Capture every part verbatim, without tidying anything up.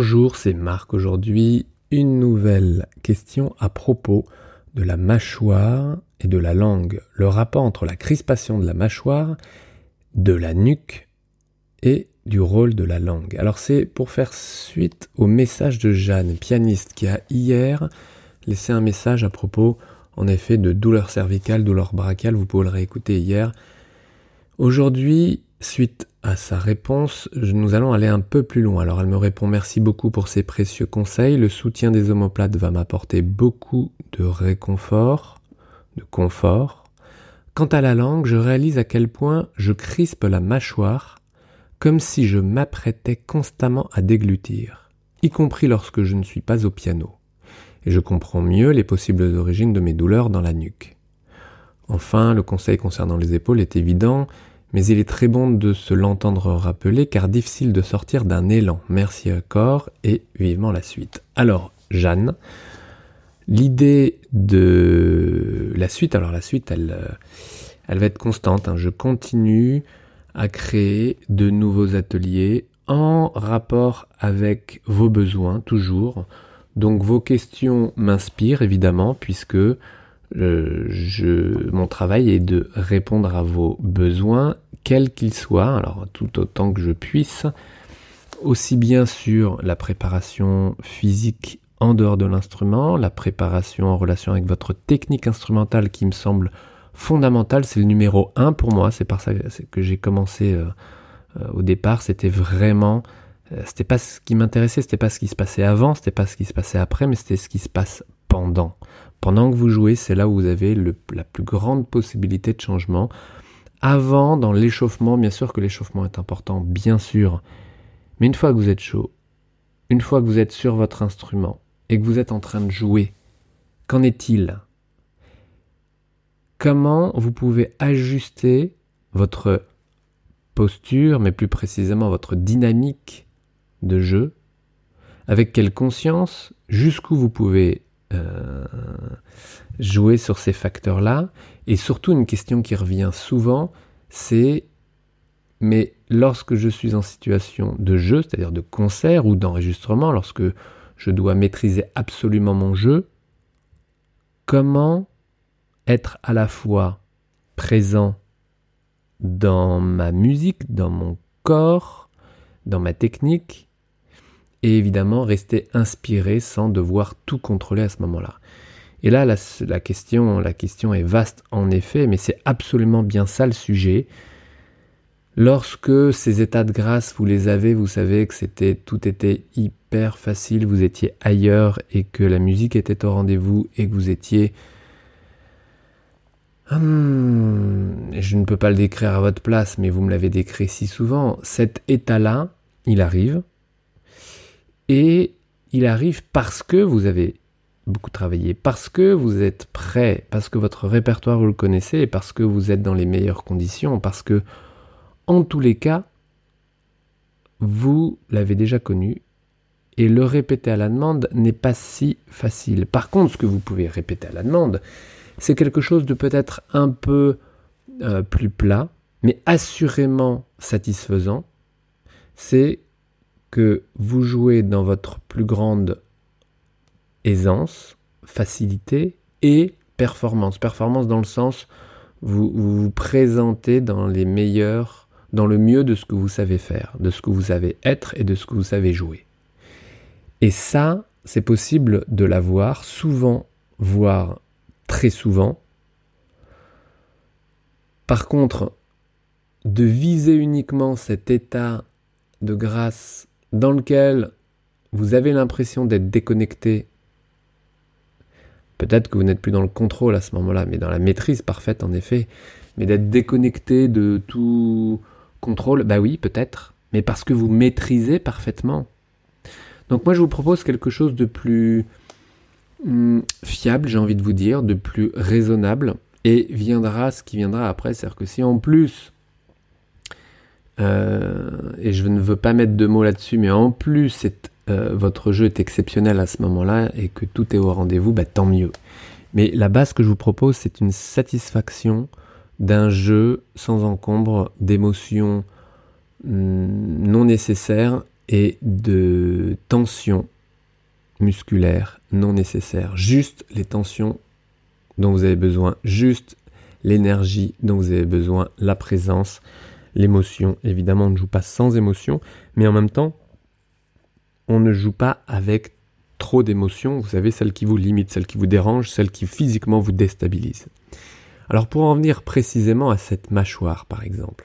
Bonjour, c'est Marc. Aujourd'hui, une nouvelle question à propos de la mâchoire et de la langue. Le rapport entre la crispation de la mâchoire, de la nuque et du rôle de la langue. Alors c'est pour faire suite au message de Jeanne, pianiste, qui a hier laissé un message à propos, en effet, de douleurs cervicales, douleurs brachiales. Vous pouvez le réécouter hier. Aujourd'hui, suite à sa réponse, nous allons aller un peu plus loin. Alors elle me répond: merci beaucoup pour ces précieux conseils. Le soutien des omoplates va m'apporter beaucoup de réconfort, de confort. Quant à la langue, je réalise à quel point je crispe la mâchoire, comme si je m'apprêtais constamment à déglutir, y compris lorsque je ne suis pas au piano. Et je comprends mieux les possibles origines de mes douleurs dans la nuque. Enfin, le conseil concernant les épaules est évident, mais il est très bon de se l'entendre rappeler, car difficile de sortir d'un élan. Merci encore et vivement la suite. Alors, Jeanne, l'idée de la suite, alors la suite, elle, elle va être constante. Hein. Je continue à créer de nouveaux ateliers en rapport avec vos besoins, toujours. Donc vos questions m'inspirent évidemment, puisque euh, je, mon travail est de répondre à vos besoins, quels qu'ils soient, alors tout autant que je puisse, aussi bien sur la préparation physique en dehors de l'instrument, la préparation en relation avec votre technique instrumentale qui me semble fondamentale, c'est le numéro un pour moi, c'est par ça que j'ai commencé euh, euh, au départ, c'était vraiment... C'était pas ce qui m'intéressait, c'était pas ce qui se passait avant, c'était pas ce qui se passait après, mais c'était ce qui se passe pendant. Pendant que vous jouez, c'est là où vous avez le, la plus grande possibilité de changement. Avant, dans l'échauffement, bien sûr que l'échauffement est important, bien sûr. Mais une fois que vous êtes chaud, une fois que vous êtes sur votre instrument et que vous êtes en train de jouer, qu'en est-il ? Comment vous pouvez ajuster votre posture, mais plus précisément votre dynamique de jeu, avec quelle conscience, jusqu'où vous pouvez euh, jouer sur ces facteurs-là, et surtout une question qui revient souvent, c'est mais lorsque je suis en situation de jeu, c'est-à-dire de concert ou d'enregistrement, lorsque je dois maîtriser absolument mon jeu, comment être à la fois présent dans ma musique, dans mon corps, dans ma technique, et évidemment rester inspiré sans devoir tout contrôler à ce moment-là. Et là, la, la, question, la question est vaste en effet, mais c'est absolument bien ça le sujet. Lorsque ces états de grâce, vous les avez, vous savez que c'était, tout était hyper facile, vous étiez ailleurs et que la musique était au rendez-vous et que vous étiez... Hum, je ne peux pas le décrire à votre place, mais vous me l'avez décrit si souvent. Cet état-là, il arrive. Et il arrive parce que vous avez beaucoup travaillé, parce que vous êtes prêt, parce que votre répertoire vous le connaissez, et parce que vous êtes dans les meilleures conditions, parce que, en tous les cas, vous l'avez déjà connu, et le répéter à la demande n'est pas si facile. Par contre, ce que vous pouvez répéter à la demande, c'est quelque chose de peut-être un peu euh, plus plat, mais assurément satisfaisant. C'est que vous jouez dans votre plus grande aisance, facilité et performance. Performance dans le sens, vous vous, vous présentez dans les meilleurs, dans le mieux de ce que vous savez faire, de ce que vous savez être et de ce que vous savez jouer. Et ça, c'est possible de l'avoir souvent, voire très souvent. Par contre, de viser uniquement cet état de grâce dans lequel vous avez l'impression d'être déconnecté, peut-être que vous n'êtes plus dans le contrôle à ce moment-là, mais dans la maîtrise parfaite en effet, mais d'être déconnecté de tout contrôle, bah oui, peut-être, mais parce que vous maîtrisez parfaitement. Donc moi je vous propose quelque chose de plus hum, fiable, j'ai envie de vous dire, de plus raisonnable, et viendra ce qui viendra après, c'est-à-dire que si en plus... Euh, et je ne veux pas mettre de mots là-dessus, mais en plus c'est, euh, votre jeu est exceptionnel à ce moment-là et que tout est au rendez-vous, bah, tant mieux. Mais la base que je vous propose, c'est une satisfaction d'un jeu sans encombre d'émotions hum, non nécessaires et de tensions musculaires non nécessaires. Juste les tensions dont vous avez besoin, juste l'énergie dont vous avez besoin, la présence, l'émotion. Évidemment, on ne joue pas sans émotion, mais en même temps, on ne joue pas avec trop d'émotions. Vous savez, celles qui vous limitent, celles qui vous dérangent, celles qui physiquement vous déstabilisent. Alors pour en venir précisément à cette mâchoire, par exemple,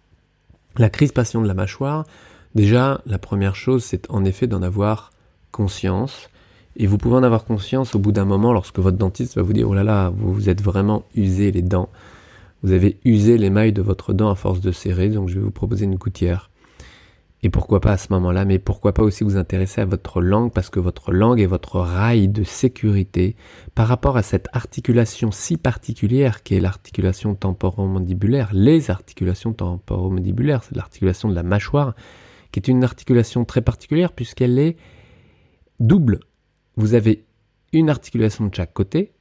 la crispation de la mâchoire, déjà, la première chose, c'est en effet d'en avoir conscience. Et vous pouvez en avoir conscience au bout d'un moment lorsque votre dentiste va vous dire « Oh là là, vous vous êtes vraiment usé les dents. Vous avez usé l'émail de votre dent à force de serrer, donc je vais vous proposer une gouttière. » Et pourquoi pas à ce moment-là, mais pourquoi pas aussi vous intéresser à votre langue, parce que votre langue est votre rail de sécurité par rapport à cette articulation si particulière qui est l'articulation temporomandibulaire, les articulations temporomandibulaires, c'est l'articulation de la mâchoire, qui est une articulation très particulière puisqu'elle est double. Vous avez une articulation de chaque côté,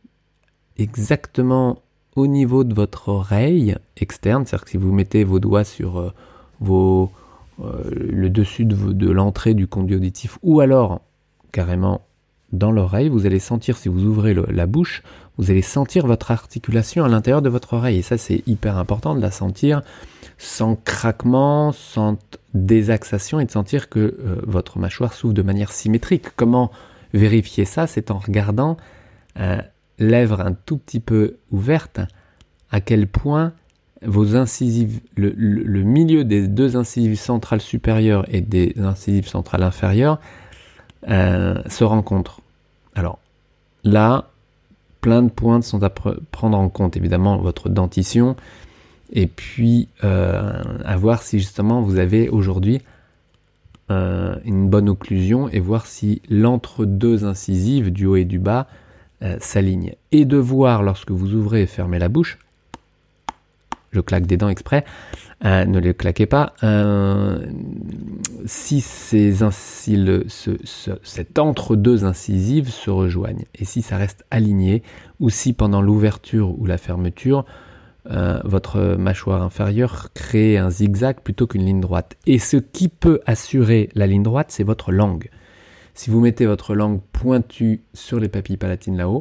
exactement au niveau de votre oreille externe, c'est-à-dire que si vous mettez vos doigts sur euh, vos, euh, le dessus de, de l'entrée du conduit auditif, ou alors carrément dans l'oreille, vous allez sentir, si vous ouvrez le, la bouche, vous allez sentir votre articulation à l'intérieur de votre oreille. Et ça, c'est hyper important de la sentir sans craquement, sans désaxation, et de sentir que euh, votre mâchoire s'ouvre de manière symétrique. Comment vérifier ça? C'est en regardant euh, lèvres un tout petit peu ouvertes, à quel point vos incisives, le, le, le milieu des deux incisives centrales supérieures et des incisives centrales inférieures euh, se rencontrent. Alors là, plein de points sont à pre- prendre en compte. Évidemment, votre dentition, et puis euh, à voir si justement vous avez aujourd'hui euh, une bonne occlusion et voir si l'entre-deux incisives du haut et du bas euh, s'alignent. Et de voir lorsque vous ouvrez et fermez la bouche, je claque des dents exprès, euh, ne les claquez pas, euh, si, ces, si le, ce, ce, cet entre-deux incisives se rejoignent et si ça reste aligné, ou si pendant l'ouverture ou la fermeture, Euh, votre mâchoire inférieure crée un zigzag plutôt qu'une ligne droite. Et ce qui peut assurer la ligne droite, c'est votre langue. Si vous mettez votre langue pointue sur les papilles palatines là-haut,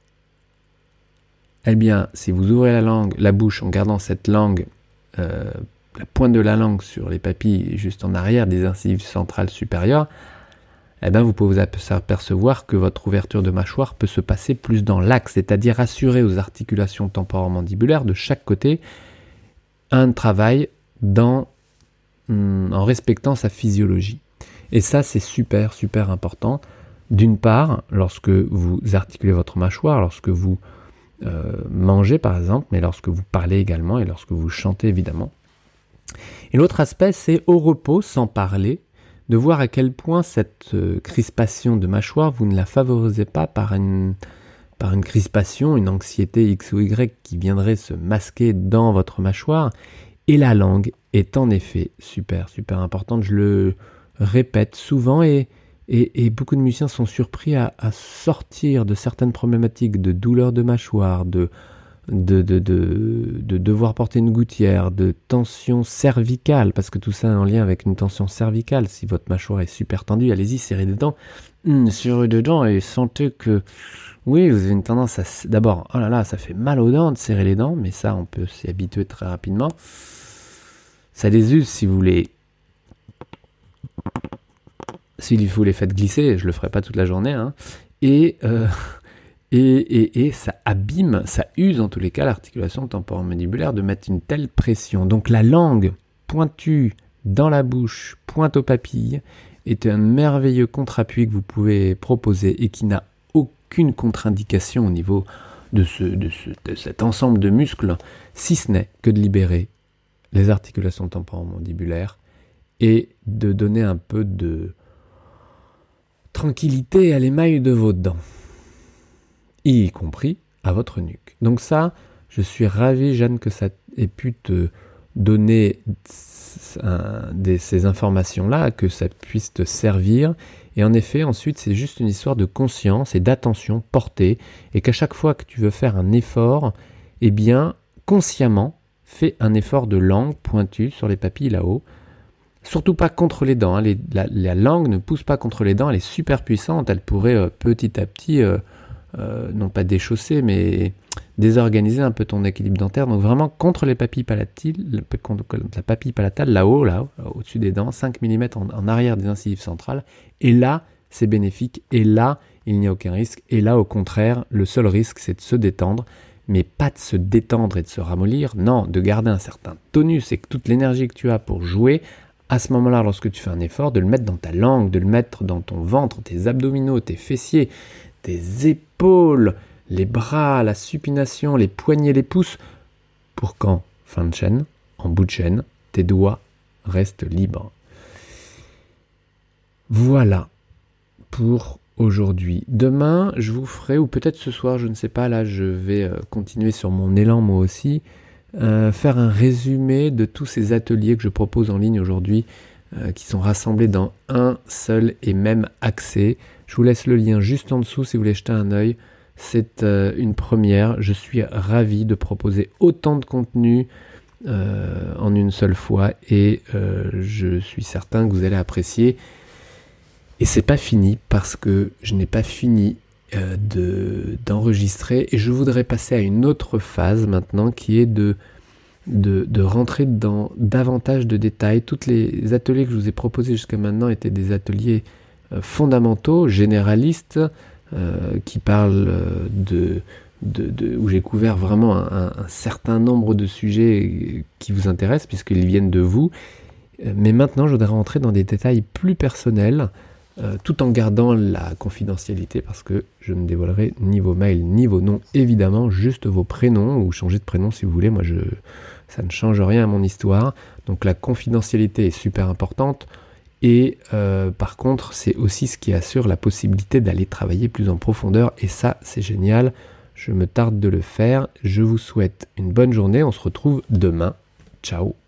eh bien, si vous ouvrez la langue, la bouche en gardant cette langue, euh, la pointe de la langue sur les papilles juste en arrière des incisives centrales supérieures, eh bien, vous pouvez vous apercevoir que votre ouverture de mâchoire peut se passer plus dans l'axe, c'est-à-dire assurer aux articulations temporomandibulaires de chaque côté un travail dans, hum, en respectant sa physiologie. Et ça, c'est super, super important. D'une part, lorsque vous articulez votre mâchoire, lorsque vous euh, mangez par exemple, mais lorsque vous parlez également et lorsque vous chantez évidemment. Et l'autre aspect, c'est au repos, sans parler, de voir à quel point cette euh, crispation de mâchoire, vous ne la favorisez pas par une, par une crispation, une anxiété X ou Y qui viendrait se masquer dans votre mâchoire. Et la langue est en effet super, super importante. Je le répète souvent et, et, et beaucoup de musiciens sont surpris à, à sortir de certaines problématiques de douleur de mâchoire, de De, de, de, de devoir porter une gouttière, de tension cervicale, parce que tout ça est en lien avec une tension cervicale. Si votre mâchoire est super tendue, allez-y, serrez des dents. Mmh, serrez des dents et sentez que, oui, vous avez une tendance à... D'abord, oh là là, ça fait mal aux dents de serrer les dents, mais ça, on peut s'y habituer très rapidement. Ça les use si vous les... Si vous les faites glisser, je le ferai pas toute la journée, hein. Et... Euh... Et, et, et ça abîme, ça use en tous les cas l'articulation temporomandibulaire de mettre une telle pression. Donc la langue pointue dans la bouche, pointe aux papilles, est un merveilleux contre-appui que vous pouvez proposer et qui n'a aucune contre-indication au niveau de, ce, de, ce, de cet ensemble de muscles, si ce n'est que de libérer les articulations temporomandibulaires et de donner un peu de tranquillité à l'émail de vos dents, y compris à votre nuque. Donc ça, je suis ravi, Jeanne, que ça ait pu te donner un, des, ces informations-là, que ça puisse te servir. Et en effet, ensuite, c'est juste une histoire de conscience et d'attention portée, et qu'à chaque fois que tu veux faire un effort, eh bien, consciemment, fais un effort de langue pointue sur les papilles là-haut, Surtout pas contre les dents. Hein. Les, la, la langue ne pousse pas contre les dents, elle est super puissante. Elle pourrait euh, petit à petit, euh, euh, non pas déchausser, mais désorganiser un peu ton équilibre dentaire. Donc vraiment contre les papilles palatines, contre la papille palatale, là-haut, là, au-dessus des dents, cinq millimètres en, en arrière des incisives centrales. Et là, c'est bénéfique. Et là, il n'y a aucun risque. Et là, au contraire, le seul risque, c'est de se détendre. Mais pas de se détendre et de se ramollir. Non, de garder un certain tonus et que toute l'énergie que tu as pour jouer, à ce moment-là, lorsque tu fais un effort, de le mettre dans ta langue, de le mettre dans ton ventre, tes abdominaux, tes fessiers, tes épaules, les bras, la supination, les poignets, les pouces, pour qu'en fin de chaîne, en bout de chaîne, tes doigts restent libres. Voilà pour aujourd'hui. Demain, je vous ferai, ou peut-être ce soir, je ne sais pas, là je vais euh, continuer sur mon élan moi aussi, euh, faire un résumé de tous ces ateliers que je propose en ligne aujourd'hui, euh, qui sont rassemblés dans un seul et même accès. Je vous laisse le lien juste en dessous si vous voulez jeter un œil. C'est euh, une première. Je suis ravi de proposer autant de contenu euh, en une seule fois et euh, je suis certain que vous allez apprécier. Et c'est pas fini parce que je n'ai pas fini euh, de, d'enregistrer et je voudrais passer à une autre phase maintenant qui est de, de, de rentrer dans davantage de détails. Tous les ateliers que je vous ai proposés jusqu'à maintenant étaient des ateliers euh, fondamentaux, généralistes, Euh, qui parle euh, de, de, de, où j'ai couvert vraiment un, un certain nombre de sujets qui vous intéressent puisqu'ils viennent de vous. Euh, mais maintenant, je voudrais rentrer dans des détails plus personnels euh, tout en gardant la confidentialité parce que je ne dévoilerai ni vos mails ni vos noms, évidemment, juste vos prénoms ou changer de prénom si vous voulez. Moi, je, ça ne change rien à mon histoire. Donc la confidentialité est super importante. Et euh, par contre, c'est aussi ce qui assure la possibilité d'aller travailler plus en profondeur. Et ça, c'est génial. Je me tarde de le faire. Je vous souhaite une bonne journée. On se retrouve demain. Ciao.